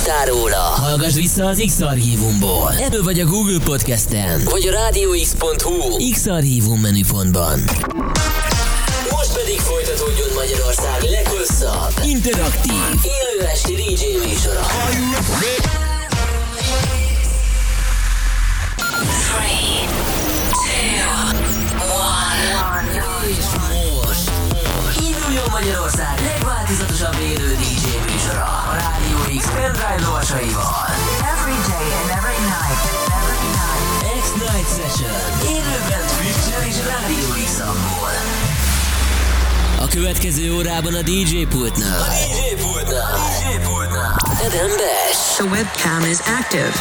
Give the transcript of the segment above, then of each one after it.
hallottál róla? Hallgass vissza az X-Archívumból. Apple vagy a Google Podcasten, vagy a radiox.hu X-Archívum menüpontban. Most pedig folytatódjon Magyarország leghosszabb, interaktív, élő esti DJ műsora. 3, 2, 1. És most induljon Magyarország legváltozatosabb élő DJ műsora a Radio X pendrive lovasaival. Every day and every night. X-Night Session. Élőben Twitch-en és Radio X-amból. A következő órában a DJ pultnál. Eden Bash. The webcam is active.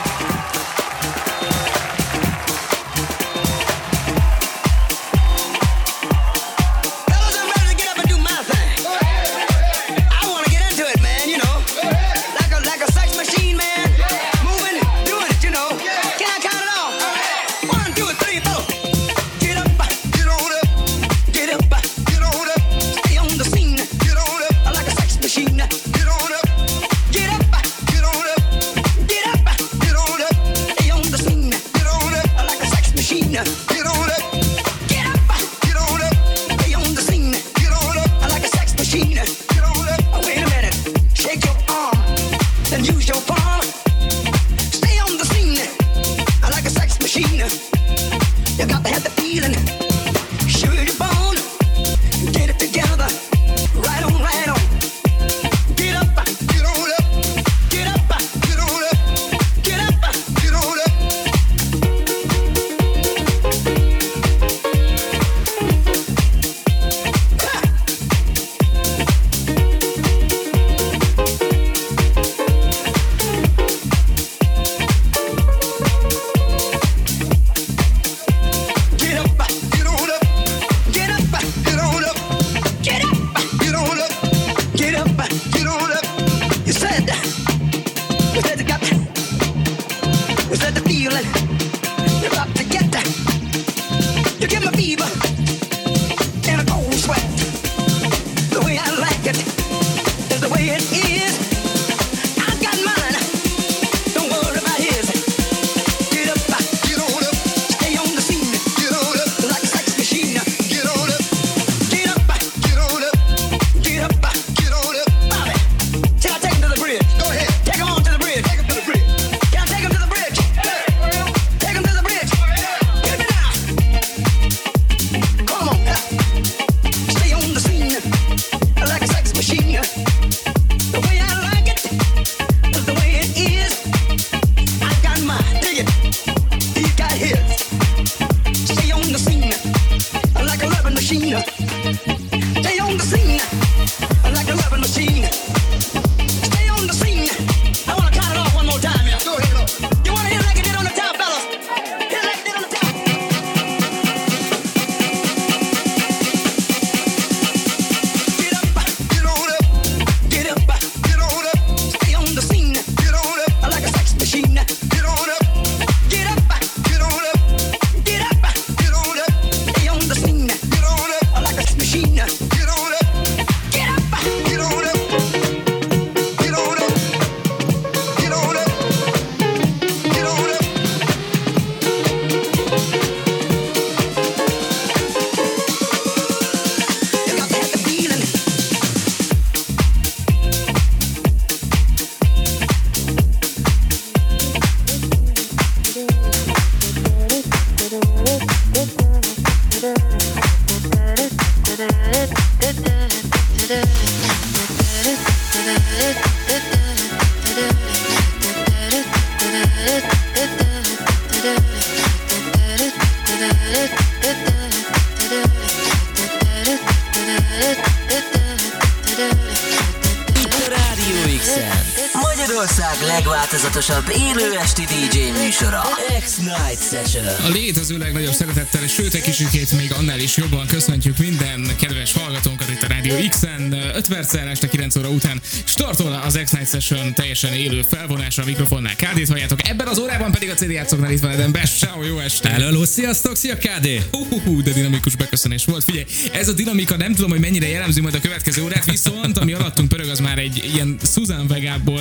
Legváltozatosabb élő esti DJ műsora. X-Night Session. A létező legnagyobb szeretettel, és sőt egy kicsikét még annál is jobban köszöntjük minden kedves hallgatónkat itt a Rádió X-en. 5 perccel este 9 óra után startol az X-Night Session teljesen élő felvonása a mikrofonnál. KD-t halljátok, ebben az órában pedig a CD játszóknál itt van Eden Bash. Ciao, jó estét! Hello, sziasztok, szia KD! De dinamikus beköszönés volt. Figyelj, ez a dinamika nem tudom, hogy mennyire jellemző majd a következő órát, viszont ami alattunk pörög, az már egy ilyen Susan Vegából, nyilván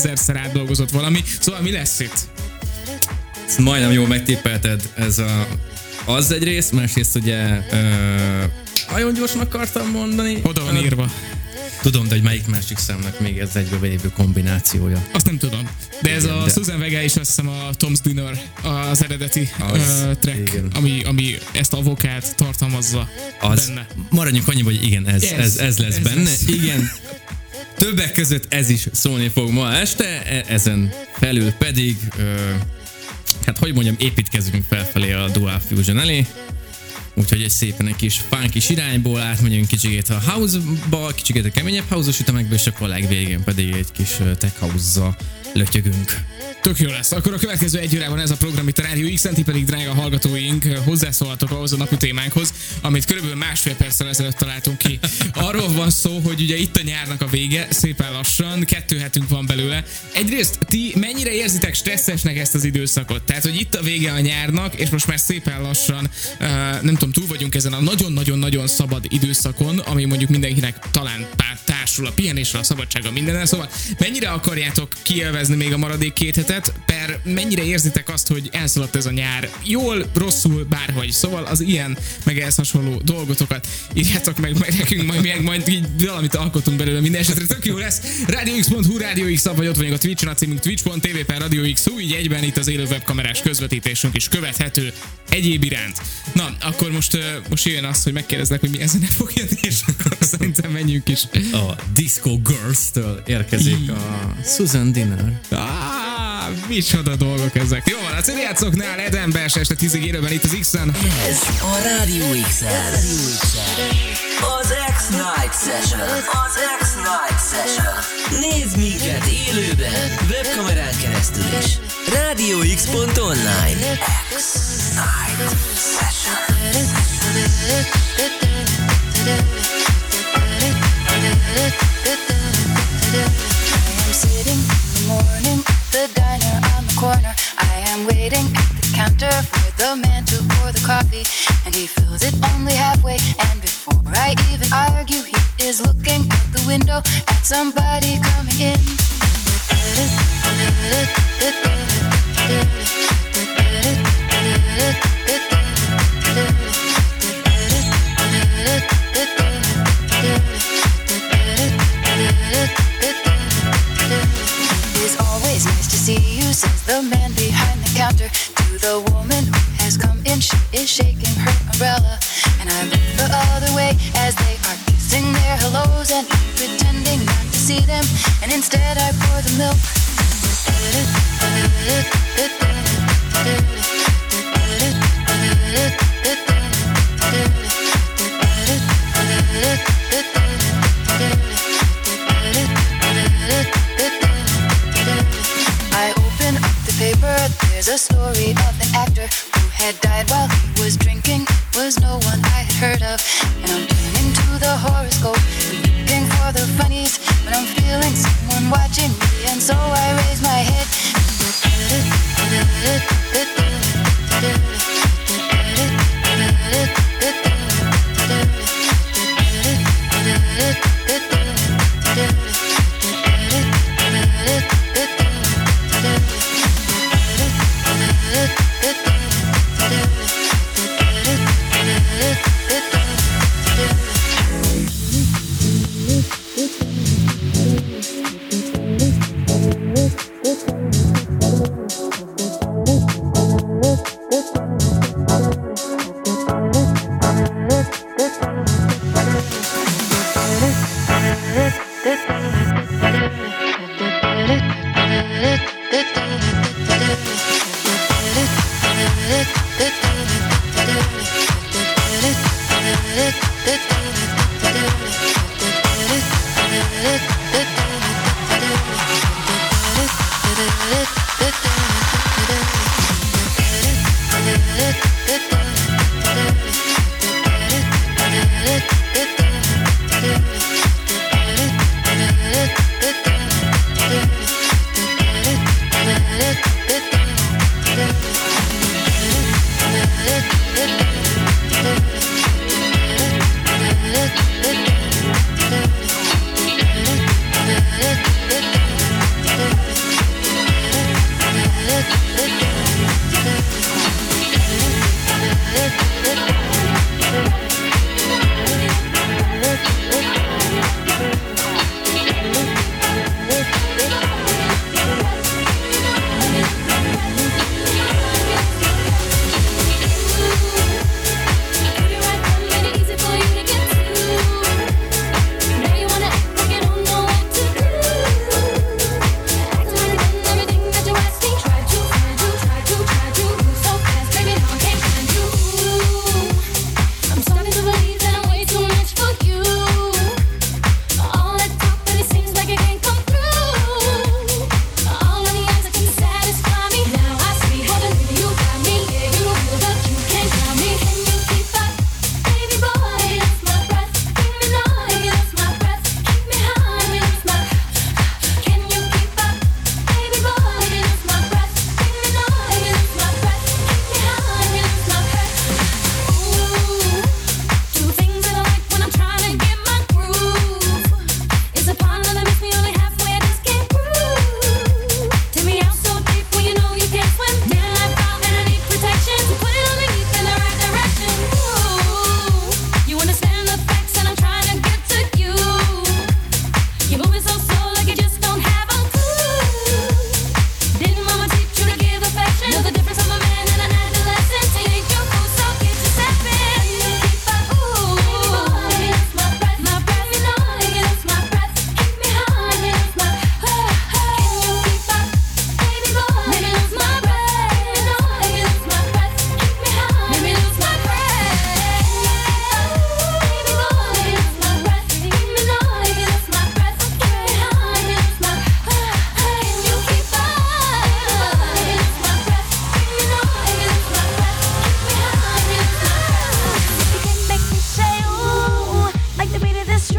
1000-szer átdolgozott valami. Szóval mi lesz itt? Majdnem jól megtippelted, az egyrészt, másrészt ugye nagyon gyorsan akartam mondani. Oda van írva. Tudom, de hogy melyik másik számnak még ez egybe lévő kombinációja. Azt nem tudom. De ez igen, a Susan Vega is azt hiszem a Tom's Dinner az eredeti track, ami ezt a vokált tartalmazza benne. Maradjunk annyiba, hogy igen, ez lesz benne. Lesz. Igen. Többek között ez is szólni fog ma este, ezen felül pedig hát hogy mondjam, építkezünk felfelé a Dual Fusion elé. Úgyhogy szépen egy kis funkis irányból átmegyünk kicsikét a house-ba, kicsikét a keményebb house-os ütemekbe, és akkor a legvégén pedig egy kis tech house-zal lötyögünk. Tök jó lesz. Akkor a következő egy órában ez a program itt a Rádió X-en, ti pedig drága hallgatóink hozzászólhatok ahhoz a napi témánkhoz, amit körülbelül másfél perccel ezelőtt találtunk ki. Arról van szó, hogy ugye itt a nyárnak a vége, szépen lassan, 2 hetünk van belőle. Egyrészt ti mennyire érzitek stresszesnek ezt az időszakot? Tehát, hogy itt a vége a nyárnak, és most már szépen lassan, nem tudom, túl vagyunk ezen a nagyon-nagyon-nagyon szabad időszakon, ami mondjuk mindenkinek talán társul a pihenésre, a szabadsága, mindennel. Szóval mennyire akarjátok kielvezni még a maradék 2 hetet, mennyire érzitek azt, hogy elszaladt ez a nyár? Jól, rosszul, bárhogy. Szóval az ilyen, meg ehhez hasonló dolgotokat írjátok meg nekünk, majd így valamit alkotunk belőle, minden esetre tök jó lesz. RadioX.hu, Radio X, vagy ott vagyunk a Twitch-on, a címünk twitch.tv/RadioX.hu, így egyben itt az élő webkamerás közvetítésünk is követhető egyéb iránt. Na, akkor most jön az, hogy megkérdezlek, hogy mi ezen ne fog jönni, és akkor szerintem menjünk is. A Disco Girls-től érkezik a Susan Dinner. Micsoda dolgok ezek. Jó van, a Ciriátszoknál Eden Bash este 10-ig élőben itt az X-en. Ez a Rádió X-en. Az X-Night Session. Az X-Night Session. Nézd minket élőben, webkamerán keresztül is. RadioX.online. X-Night Session. I'm sitting in the morning at the diner on the corner. I am waiting at the counter for the man to pour the coffee, and he fills it only halfway. And before I even argue, he is looking out the window at somebody coming in. It's always nice to see you, says the man behind the counter to the woman who has come in. She is shaking her umbrella, and I look the other way as they are kissing their hellos and pretending not to see them, and instead I pour the milk. I open up the paper, there's a story of an actor who had died while he was drinking, was no one I had heard of. And I'm turning to the horoscope and looking for the funnies, but I'm feeling someone watching me, and so I raise my head.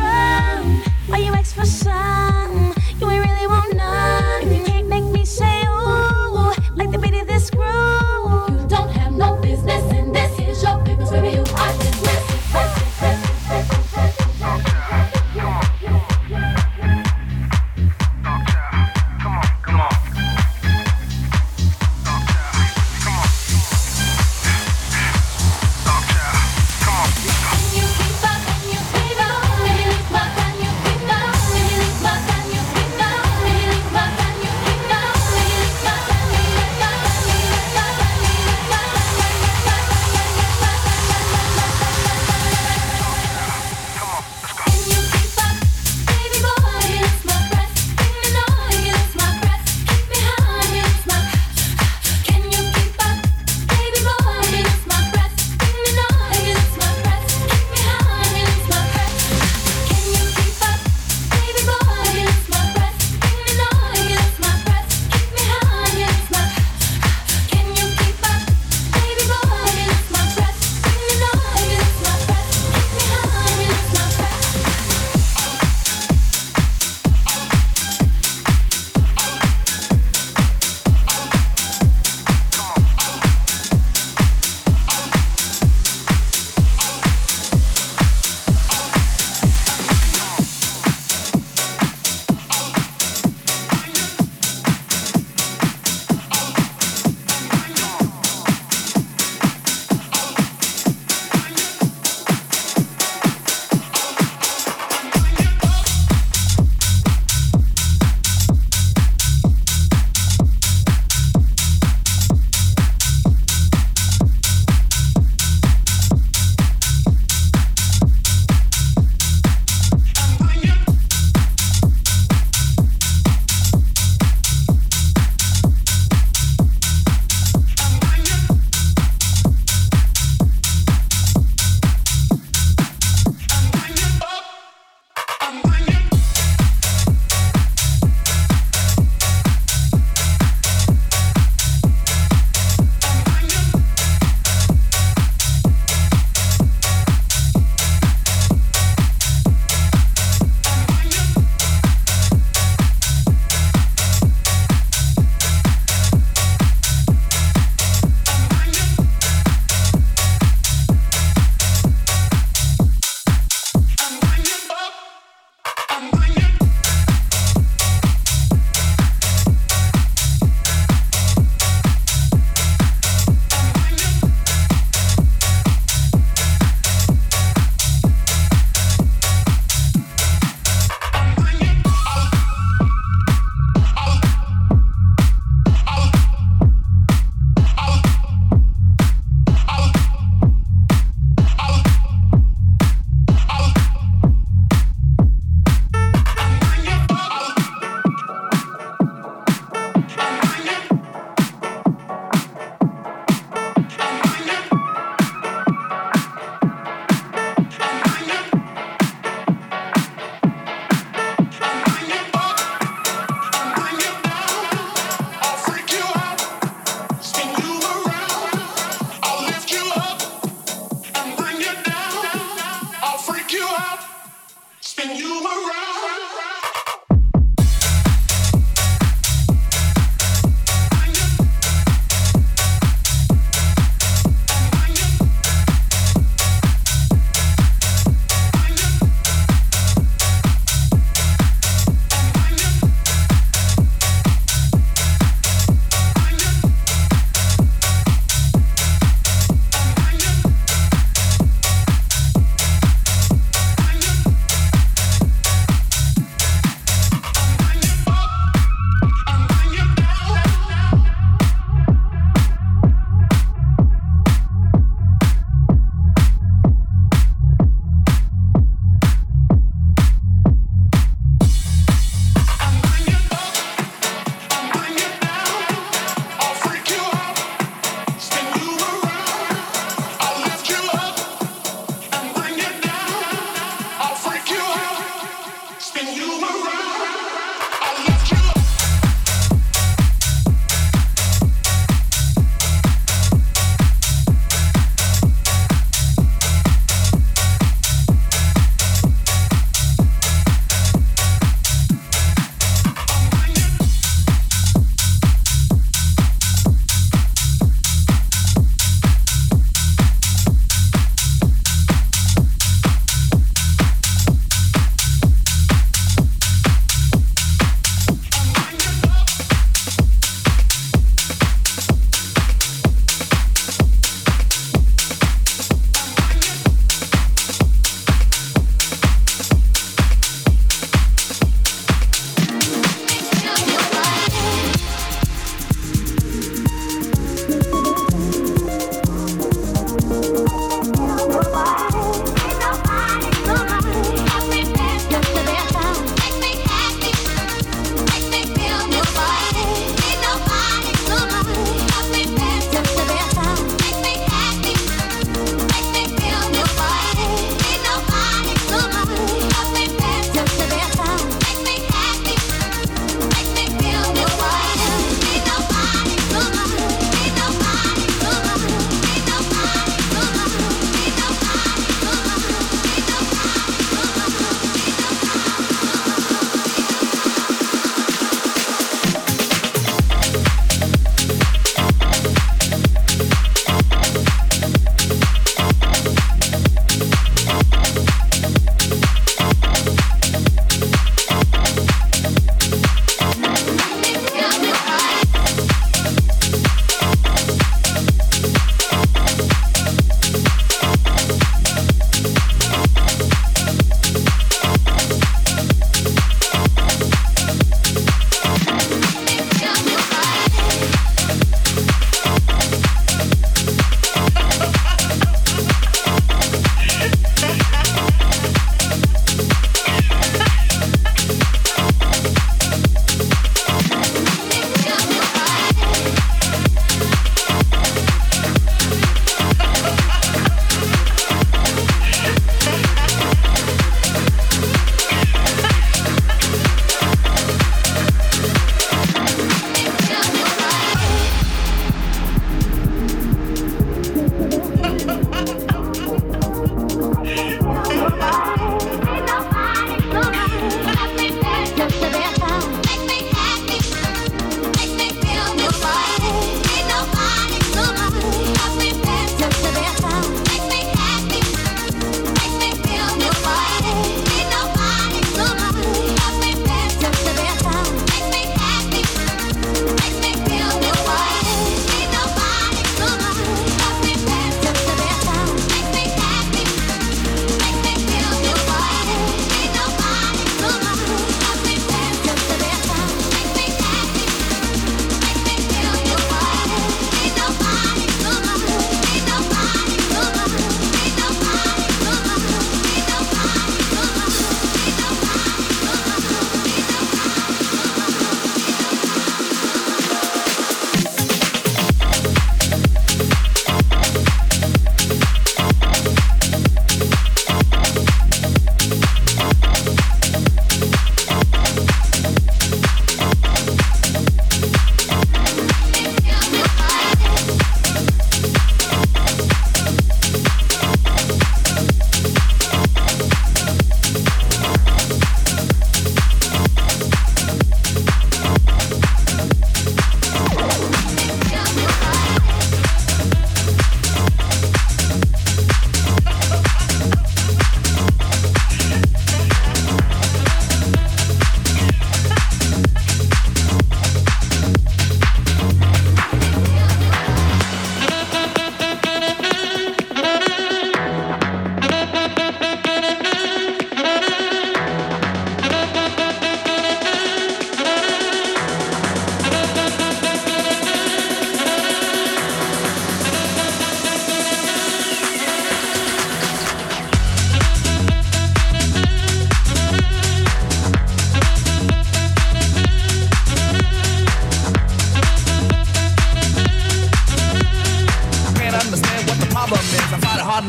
drum. Why you ask for some? You ain't really want none. If you can't make me say ooh, like the beat of this groove. You don't have no business in this. Here's your business, baby. You are business.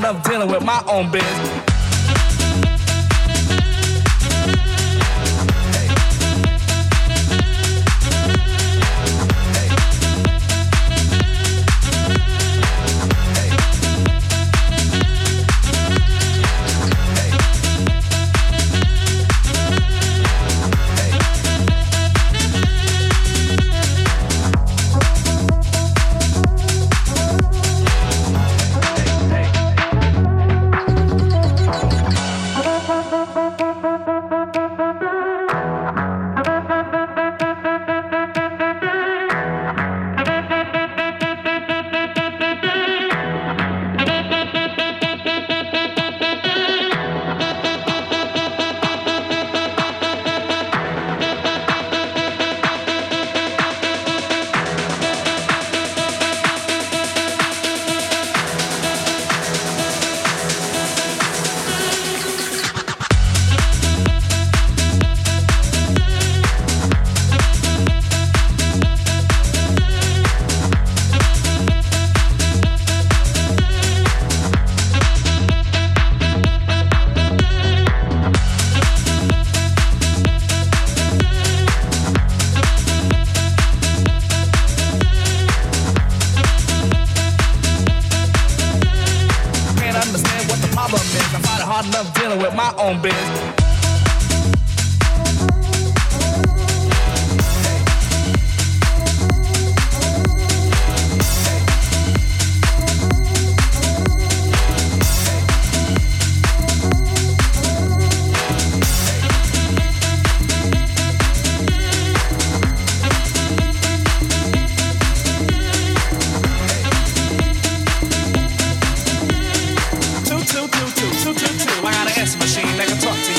enough dealing with my own biz. Own biz. I got an answer machine that can talk to you.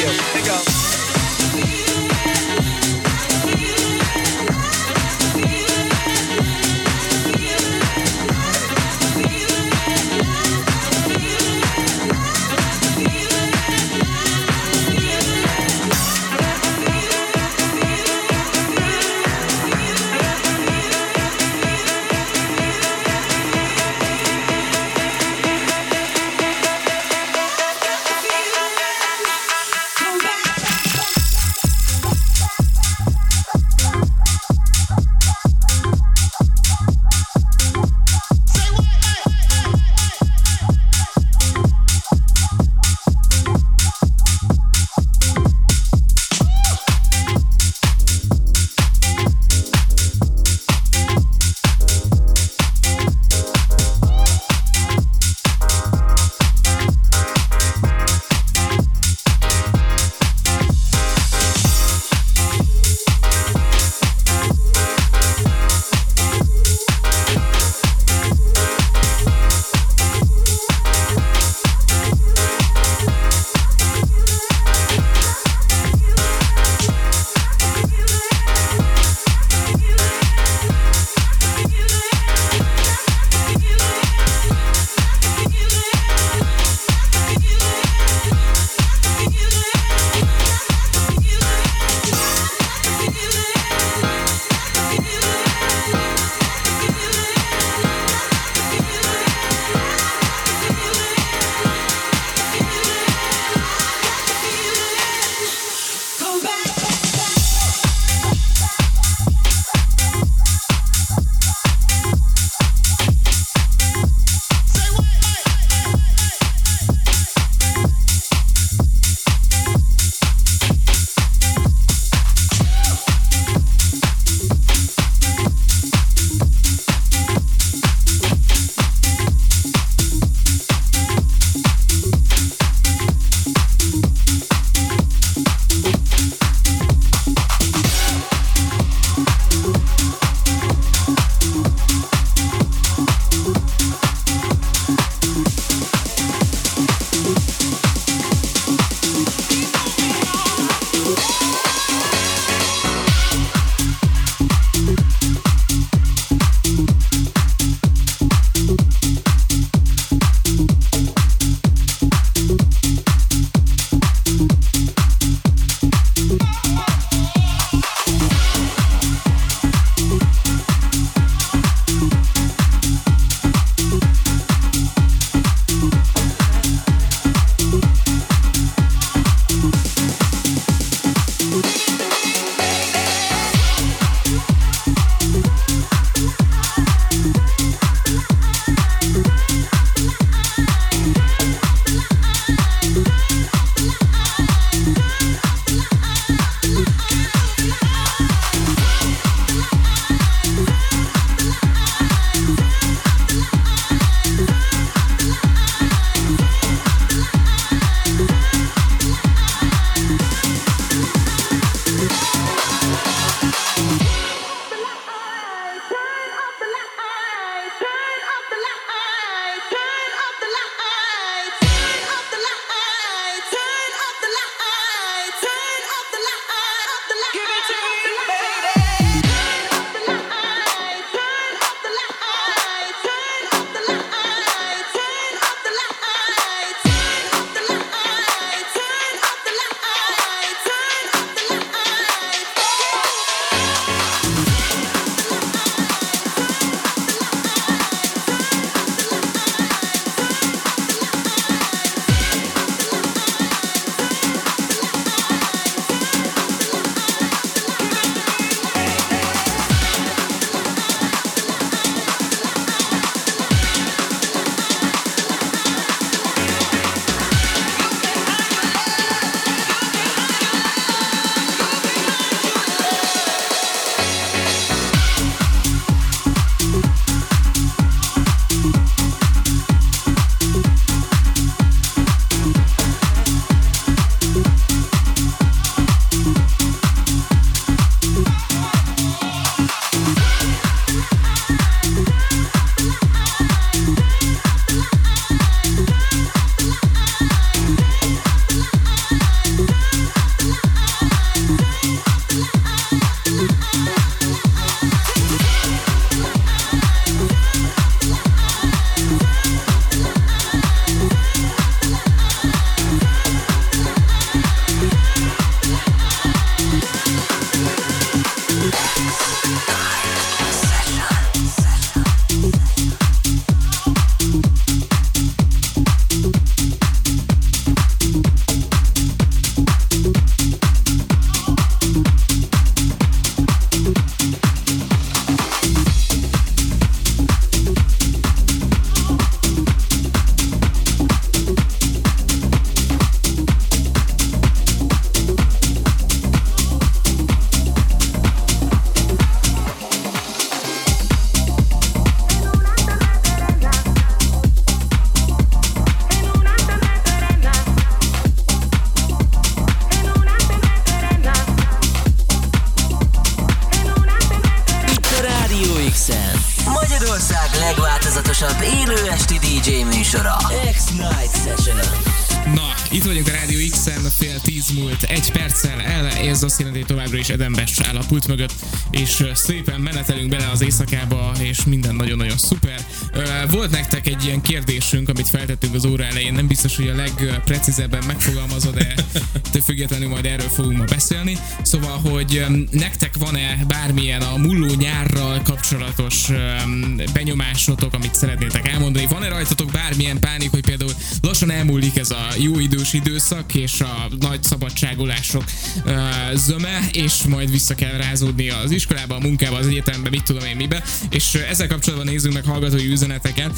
Magyarország legváltozatosabb élő esti DJ műsora, X-Night Session. Na, itt vagyunk a Rádió X-en, fél 10 múlt 1 perccel ez azt jelenti, hogy továbbra is Eden Bes áll a pult mögött, és szépen menetelünk bele az éjszakába, és minden nagyon-nagyon szuper. Volt nektek egy ilyen kérdésünk, amit feltettünk az óra elején, nem biztos, hogy a legprecízebben megfogalmazod, de függetlenül majd erről fogunk ma beszélni. Szóval, hogy nektek van-e bármilyen a mulló nyárral kapcsolatos benyomásotok, amit szeretnétek elmondani? Van-e rajtatok bármilyen pánik, hogy például lassan elmúlik ez a jó idős időszak és a nagy szabadságolások zöme, és majd vissza kell rázódni az iskolába, a munkába, az egyetembe, mit tudom én mibe, és ezzel kapcsolatban nézzünk meg hallgatói üzeneteket.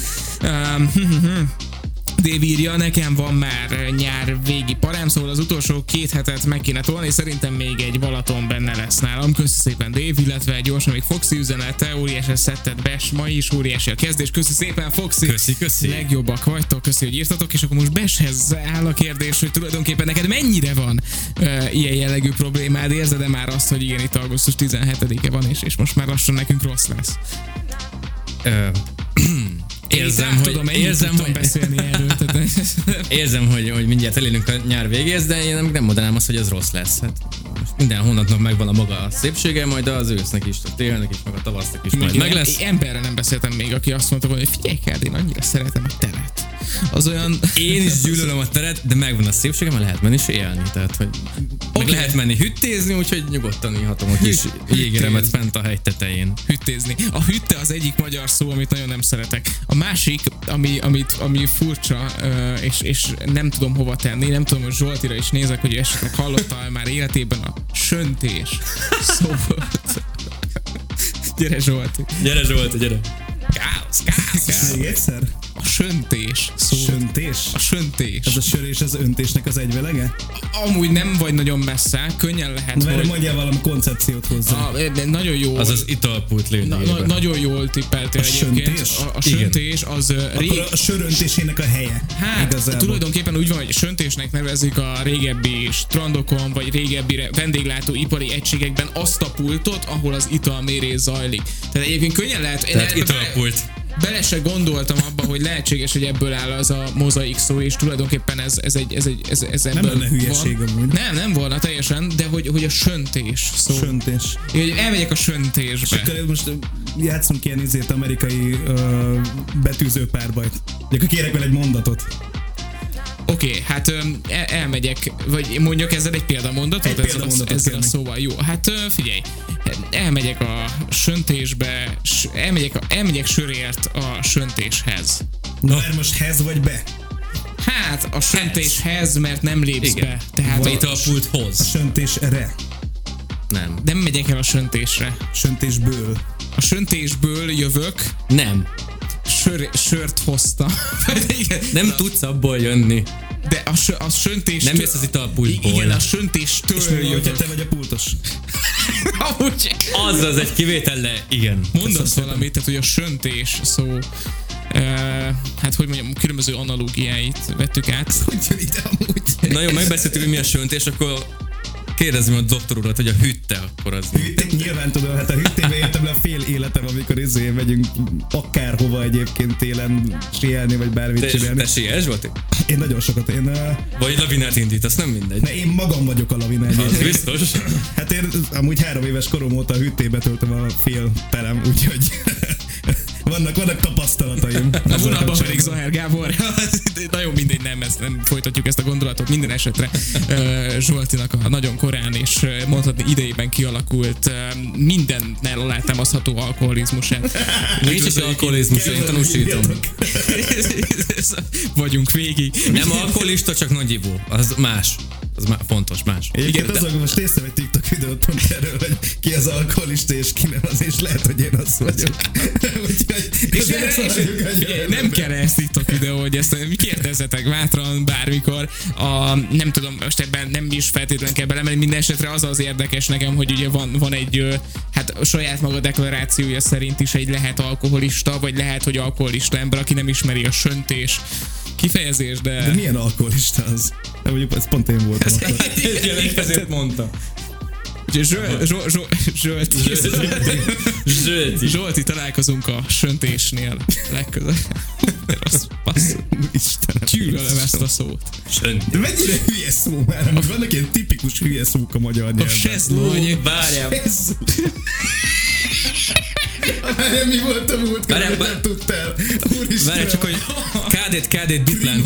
Dave írja, nekem van már nyár végi parám, szóval az utolsó 2 hetet meg kéne tolni, szerintem még egy Balaton benne lesz nálam. Köszi szépen Dave, illetve gyorsan még Foxy üzenete, óriási szettet Bes, ma is óriási a kezdés. Köszi szépen Foxy, Köszi. Legjobbak vagytok, köszi, hogy írtatok, és akkor most Beshez áll a kérdés, hogy tulajdonképpen neked mennyire van ilyen jellegű problémád, érzed-e már azt, hogy igen, itt augusztus 17-e van, és most már lassan nekünk rossz lesz? Érzem, hogy mindjárt elérünk a nyár végéhez, de én nem mondanám azt, hogy ez rossz lesz. Hát minden hónapnak megvan a maga szépsége, majd az ősznek is, a télnek is, meg a tavasznak is majd meg lesz. Emberre nem beszéltem még, aki azt mondta, hogy figyelj kell, én annyira szeretem a teret. Az olyan... Én is gyűlölöm a teret, de megvan a szépsége, mert lehet menni és élni. Tehát, hogy meg lehet menni hüttézni, úgyhogy nyugodtan írhatom a kis jégeremet fent a hegy tetején. Hüttézni. A hütte az egyik magyar szó, amit nagyon nem szeretek. A másik, ami furcsa, és nem tudom hova tenni, nem tudom, hogy Zsoltira is nézek, hogy esetleg hallotta már életében a söntés szó volt. Gyere Zsolti. Gyere. Káosz. Még egyszer? A söntés szó. Söntés? A söntés. Ez a sör és az öntésnek az egyvelege? Amúgy nem vagy nagyon messze, könnyen lehet, mert hogy... mondjál valami koncepciót hozzá. Nagyon jó. Az az italpult lényegében. Nagyon jól tippeltél egyébként. A söntés az... Akkor a söröntésének a helye. Hát, igazából. Tulajdonképpen úgy van, hogy söntésnek nevezik a régebbi strandokon, vagy régebbi vendéglátó ipari egységekben azt a pultot, ahol az italmérés zajlik. Tehát egyébként könnyen lehet... Tehát italpult. Bele se gondoltam abba, hogy lehetséges, hogy ebből áll az a mozaik szó, és tulajdonképpen ez ebből nem lenne hülyeség amúgy. Nem volna teljesen, de hogy a söntés szó. Söntés. Hogy elmegyek a söntésbe. És akkor most játszunk ilyen amerikai betűző párbajt. Akkor kérek vele egy mondatot. Oké, hát elmegyek, vagy mondjak ezzel egy példamondatot? Ezzel a szóval. Jó, hát figyelj, elmegyek a söntésbe, elmegyek sörért a söntéshez. Na, mert most hez vagy be? Hát a söntéshez, mert nem lépsz be. Tehát itt a pulthoz. A söntésre. Nem megyek el a söntésre. Söntésből. A söntésből jövök. Nem. Sört hoztam. Nem tudsz abból jönni. De a söntés... Nem jössz az italpultból. Igen, a söntéstől jövök. Te vagy a pultos. Az egy kivétellel, igen. Mondasz valamit, tehát hogy a söntés szó... hát hogy mondjam, különböző analógiáit vettük át. Hogy jön ide amúgy? Na jó, megbeszéltük, hogy mi a söntés, akkor kérdezzem a doktor urat, hogy a hütte akkor az. Nyilván tudom, hát a hüttébe éltem le fél életem, amikor megyünk akárhova egyébként télen sielni, vagy bármit csinálni. Te sielsz volt? Én nagyon sokat, vagy lavinát indítasz, nem mindegy. Ne, én magam vagyok a lavina egyébként. Az biztos. Hát én amúgy 3 éves korom óta a hüttébe töltöm a fél perem, úgyhogy... Vannak tapasztalataim. A vonalban pedig Zahár Gábor. Nagyon mindegy, nem folytatjuk ezt a gondolatot. Minden esetre Zsoltinak a nagyon korán és mondhatni idejében kialakult mindennel alátámasztható alkoholizmusát. Nincs is alkoholizmus, én tanúsítom. Vagyunk végig. Nem alkoholista, csak nagyivó. Az más. Az fontos, más. Igen, azon, most néztem egy TikTok videót pont erről, hogy ki az alkoholista és ki nem az, és lehet, hogy én az vagyok. Nem kell ezt TikTok videó, hogy ezt kérdezzetek bátran bármikor. Nem tudom, most ebben nem is feltétlenül kell belemenni, minden esetre az érdekes nekem, hogy ugye van egy hát saját maga deklarációja szerint is egy lehet alkoholista, vagy lehet, hogy alkoholista ember, aki nem ismeri a söntés kifejezés, de milyen alkoholista az? De mondjuk ez pont én voltam. Ezért mondta. Úgyhogy Zsolti, találkozunk a söntésnél legközelebb. Istenem. Gyűlölöm ezt a szót. De mennyire hülye szó már? Vannak ilyen tipikus hülye szók a magyar nyelvben. A sezló. Várjál. Mi volt a múltkor, amit nem tudtál? Várjál csak, hogy KD-t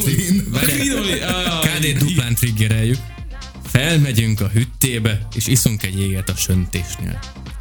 duplán triggereljük. Felmegyünk a hüttébe, és iszunk egy jéget a söntésnél.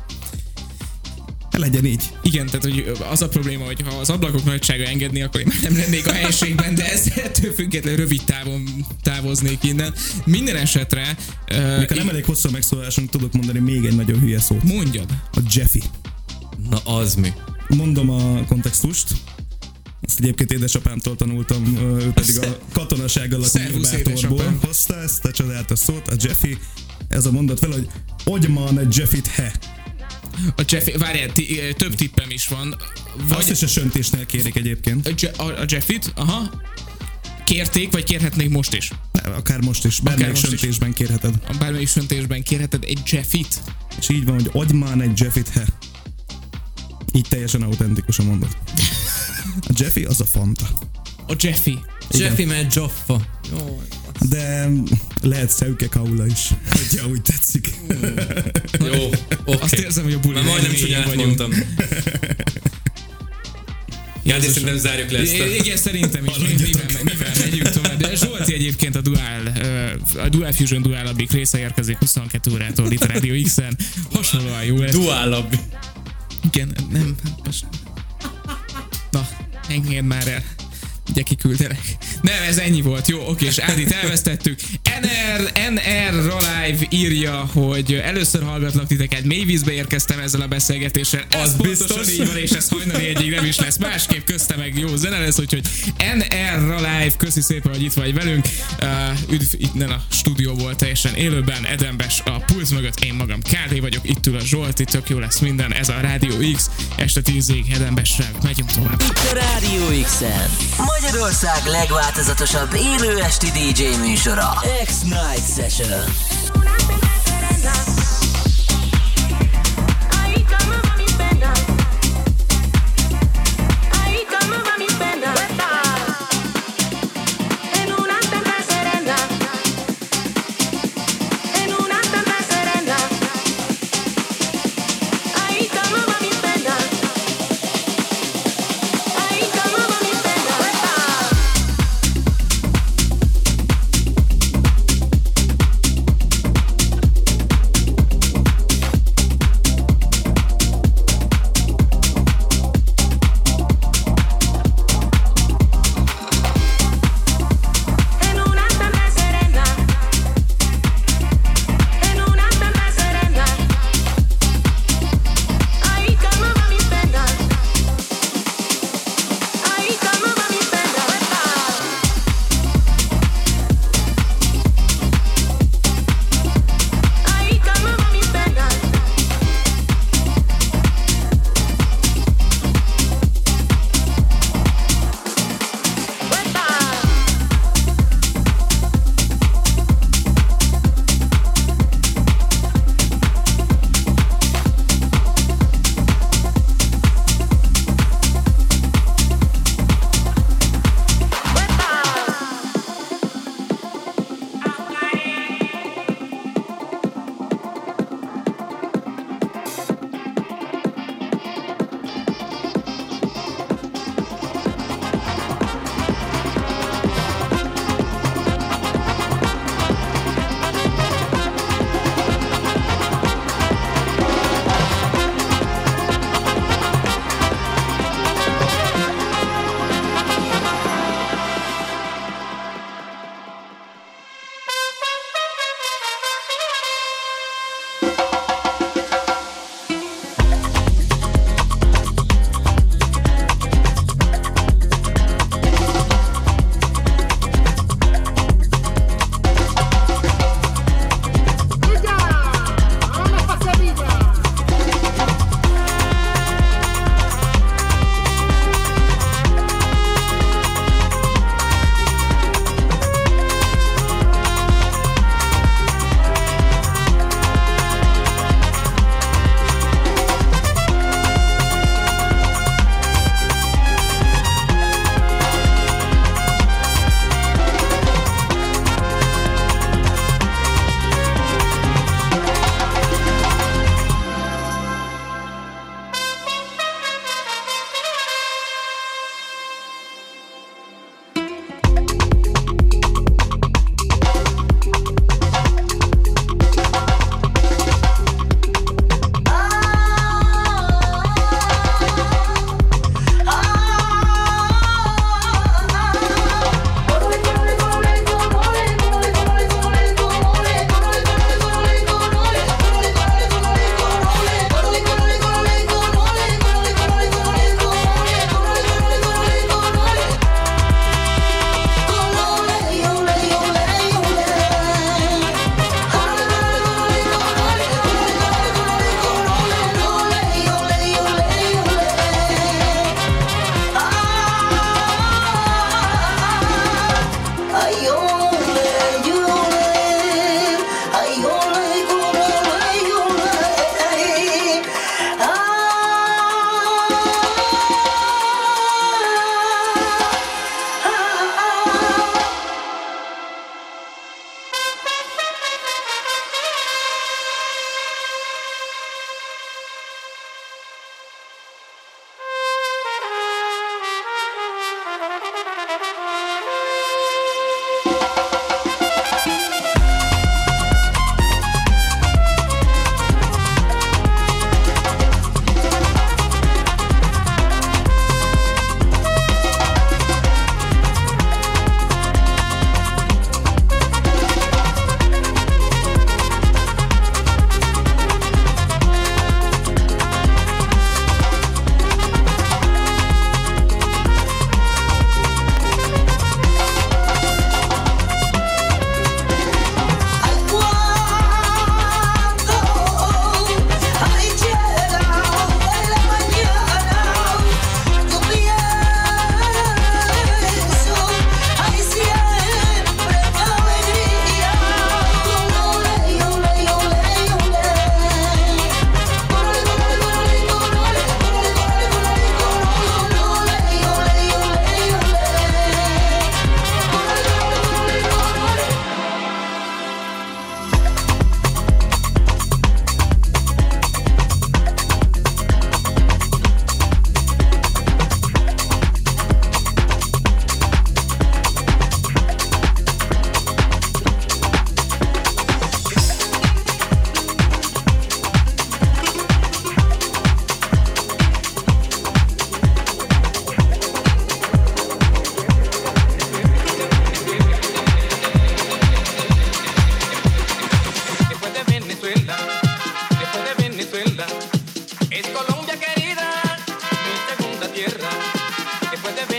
Legyen így. Igen, tehát hogy az a probléma, hogy ha az ablakok nagysága engedni, akkor én már nem lennék a helységben, de ettől függetlenül rövid távon távoznék innen. Minden esetre... Mikor nem elég hosszú megszólásunk, tudok mondani még egy nagyon hülye szót. Mondjad. A Jeffy. Na az mi? Mondom a kontextust. Ezt egyébként édesapámtól tanultam, ő pedig a katonaság alatt bátorból hozta ezt a csodálatos szót, a Jeffy. Ez a mondat vele, hogy ogyman egy Jeffit he. A Jeffy, várjál, több tippem is van. Azt is a söntésnél kérik egyébként. A Jeffit, aha. Kérték, vagy kérhetnék most is? Akár most is, bármelyik söntésben kérheted. Bármelyik söntésben kérheted egy Jeffit? És így van, hogy ogyman egy Jeffit he. Így teljesen autentikus a mondat. A Jeffy az a Fanta. A Jeffy. Jeffy mert Jaffa. De lehet szeuke kaula is, hogyha úgy tetszik. Jó, oké. Azt érzem, hogy a buli majdnem is ugyanazt mondtam. Ja, de szerintem zárjuk le ezt a... Igen, szerintem is. Mivel megyünk tovább. De Zsolti egyébként a Dual Fusion Dualabbik része érkezik 22 órától itt a Radio X-en. Hasonlóan jó lesz. Dualabbik. Igen, nem. Na, engedd már el. Ugye kiküldelek. Nem, ez ennyi volt. Jó, oké, és Ádit elvesztettük. NR Rolive írja, hogy először hallgatlak titeket, mély vízbe érkeztem ezzel a beszélgetéssel. Ez pontosan így van, és ez hajnali egyig nem is lesz. Másképp közte meg jó zene lesz, úgyhogy NR Rolive, köszi szépen, hogy itt vagy velünk. Üdv innen a stúdióból teljesen élőben, Edembes a pulz mögött, én magam KD vagyok, itt ül a Zsolti, tök jó lesz minden, ez a Rádió X, este 10-ig Edembessel, megyünk tovább. Itt a Rádió X-en Magyarország legváltozatosabb élő esti DJ műsora, X-Night Session.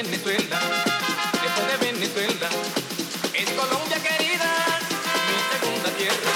Venezuela, después de Venezuela, es Colombia querida, mi segunda tierra.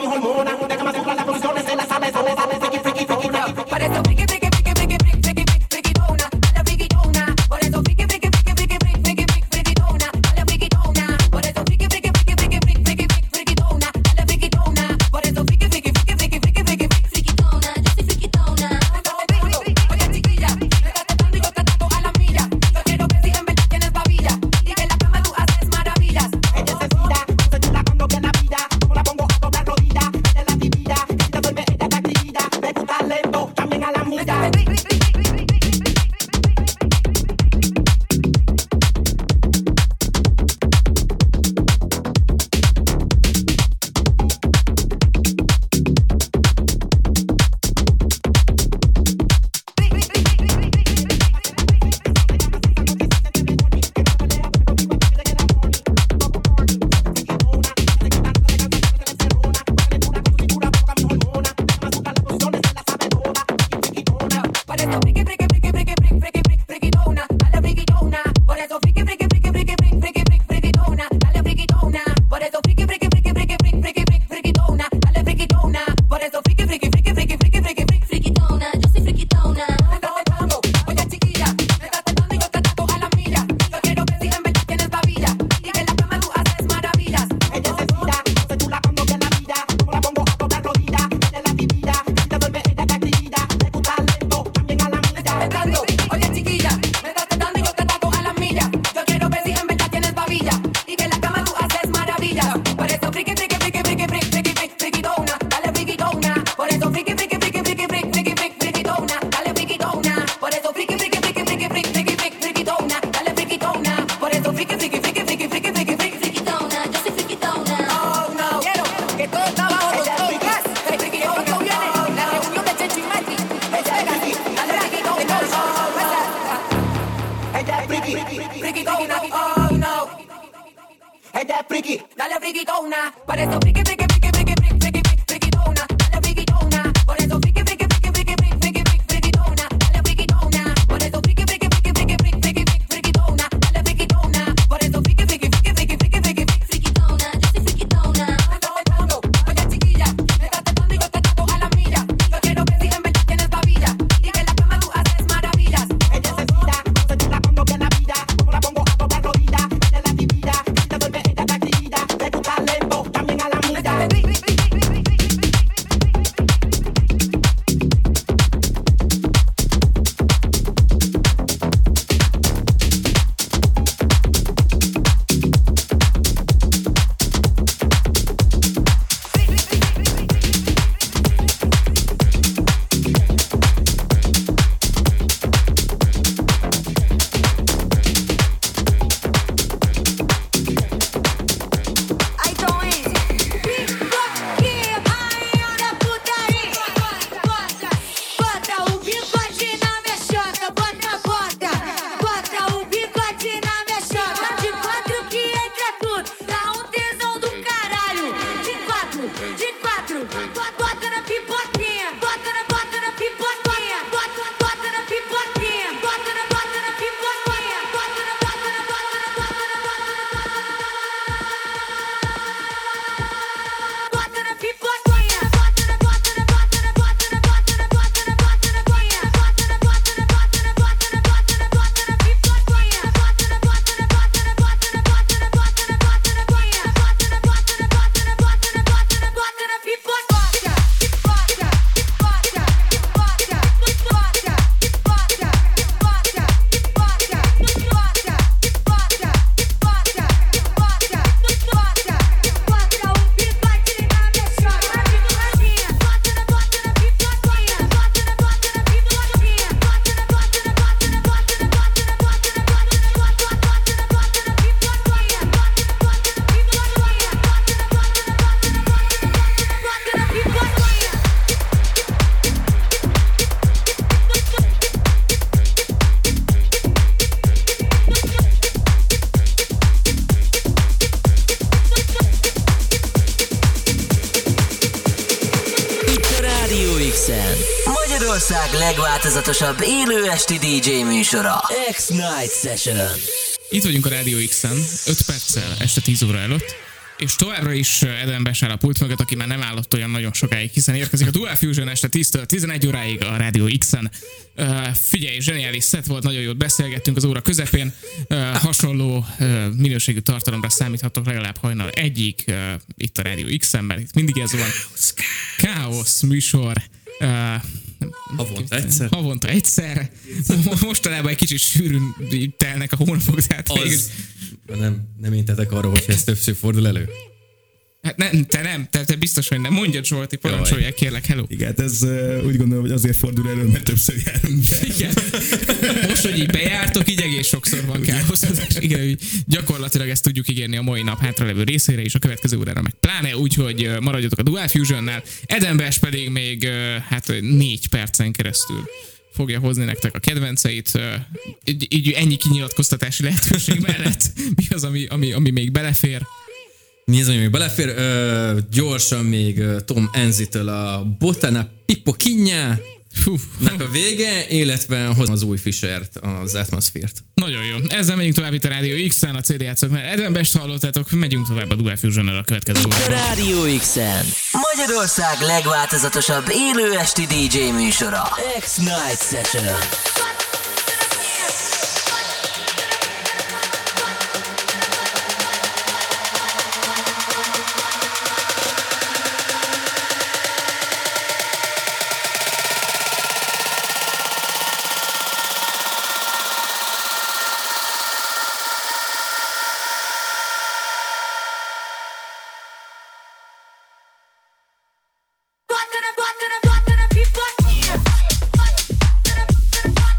mis hormonas. Déjame asegurar las posiciones, se las sabe, friki, friki, friki, friki. Por eso friki, friki, friki, friki, friki, friki, frikitona, dale frikitona. Por eso friki, friki, friki, friki, friki, friki, frikitona, dale frikitona. Por eso friki, friki, friki, friki, friki, friki, frikitona, dale frikitona. Por eso friki, friki, friki, friki, friki, friki, frikitona, yo soy frikitona. Oye chiquilla, me estás tratando y yo te trato a la milla. Yo quiero ver si en verdad tienes babilla y que en la cama tú haces maravillas. Ella es sencilla, se chula cuando ve la vida. Como la pongo a doblar rodillas, ella es la vivida. Ella duerme, ella está activida. Me gusta lento, también a la milla. Por eso friki, friki, friki, friki, friki, friki, frikitona, dale frikitona. Por eso friki, friki, friki, friki, friki, friki, frikitona, dale frikitona. Por eso friki, friki, friki, friki, friki, friki, frikitona, dale frikitona. Por eso friki, friki, friki, friki, friki, friki, frikitona, yo soy frikitona. Me estás tentando, oye chiquilla, me estás tentando y yo te trato a la milla. Yo quiero ver si en verdad tienes babilla y que en la cama tú haces maravillas. Ella es sencilla, se chula cuando ve la vida. Como la pongo a doblar rodillas, ella es la vivida. Ella duerme, ella está activida. Me gusta lento, también a la milla. Tentando, oye chiquilla, me estás tentando y yo te trato a la milla. Yo quiero ver si en verdad tienes babilla y que en la cama tú haces maravillas. Por eso friki, friki, friki, friki, friki, friki, frikitona, dale frikitona. Por eso friki, friki, friki, friki, friki, friki, frikitona, dale frikitona. Por eso friki, friki, friki, friki, friki, friki, frikitona, dale frikitona. Por eso friki, friki, friki, friki, friki, friki, frikitona, yo soy frikitona. Oh no, quiero que todo está bajo control. El frikitona viene, la reunión de Chechi y Mati. Ella es friki, dale frikitona. Ella es friki, frikitona. Oh no, ella es friki, Dale frikitona, por eso friki, friki, friki, friki, friki, friki, frikitona, dale frikitona. Por eso friki, friki, friki, friki, friki, friki, frikitona, dale frikitona. Por eso friki, friki, friki, friki, friki, friki, frikitona, dale frikitona. Por eso friki, friki, friki, friki, friki, friki, frikitona, yo soy frikitona. Me estás tentando, oye chiquilla, me estás tentando y yo te trato a la milla. Yo quiero ver si en verdad tienes babilla y que en la cama tú haces maravillas. ella es sencilla, se chula cuando ve la vida. Como la pongo a doblar rodillas, ella es la vivida. Ella duerme, ella está activida. Me gusta lento, también a la milla. Magyarország legváltozatosabb élő esti DJ műsora, X-Night Session. Itt vagyunk a Rádió X-en, 5 perccel este 10 óra előtt. És továbbra is Eden Bes áll a pult mögött, aki már nem állott olyan nagyon sokáig, hiszen érkezik a Dual Fusion este 10-től 11 óráig a Rádió X-en. Figyelj, zseniális szett volt, nagyon jót beszélgettünk az óra közepén. Hasonló minőségű tartalomra számíthatok legalább hajnal egyik itt a Rádió X-en, mert itt mindig ez van. Káosz műsor. Havonta egyszer. Mostanában egy kicsit sűrűn telnek a hónapok, tehát nem intetek arra, hogy ez többször fordul elő. Hát te biztos, hogy nem. Mondjad, Zsolti, parancsolják, kérlek, hello. Igen, ez úgy gondolom, hogy azért fordul elő, mert többször járunk be. Igen. Most, hogy így bejártok, így egész sokszor van káoszodás. Igen, hogy gyakorlatilag ezt tudjuk ígérni a mai nap hátralevő részére, és a következő órára meg pláne, úgyhogy maradjatok a Dual Fusionnál. Eden Bes pedig még 4 percen keresztül fogja hozni nektek a kedvenceit. Így ennyi kinyilatkoztatási lehetőség mellett mi az, ami még belefér? Mi az, ami még belefér? Gyorsan még Tom Enzitől a Botana Pipokinja a vége, illetve hozzá az új Fishert, az Atmosphere-t. Nagyon jó. Ezzel megyünk tovább itt a Rádió X-en, a CD játszok, mert Eden Best hallottátok, megyünk tovább a Dual Fusionnal a következő órában. Rádió X-en Magyarország legváltozatosabb élő esti DJ műsora, X-Night Session. What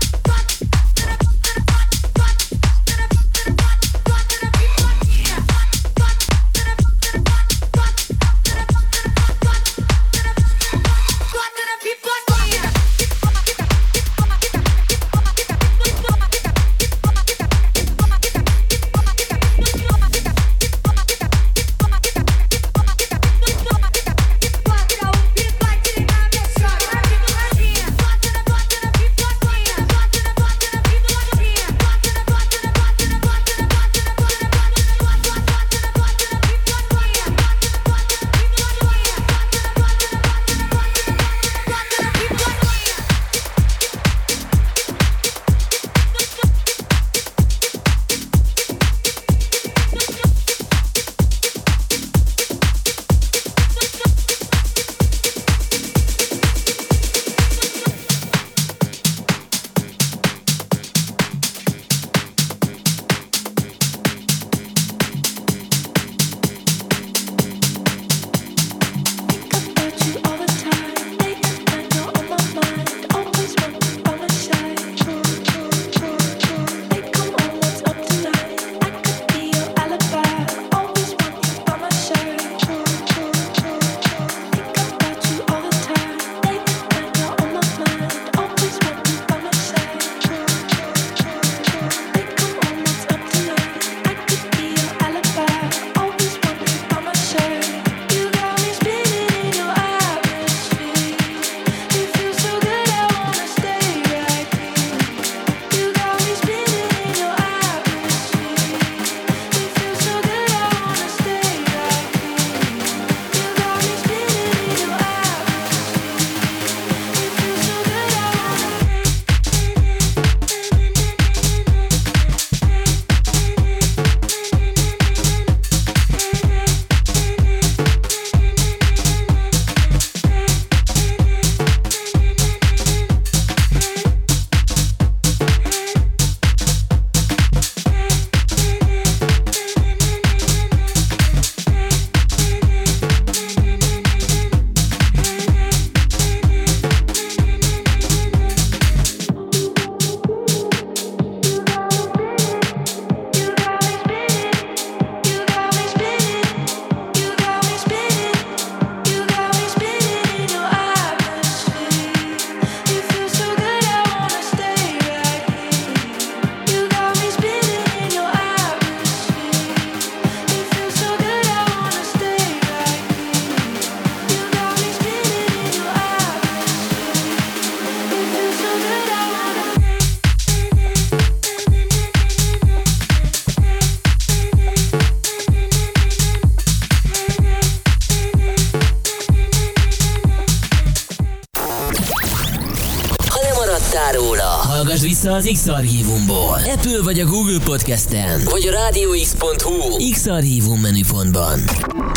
hallottál róla, hallgass vissza az X-Archívumból. Apple vagy a Google Podcasten, vagy a radiox.hu X-Archívum menüpontban.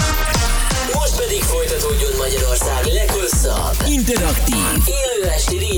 Most pedig folytatódjon Magyarország leghosszabb, interaktív, élő esti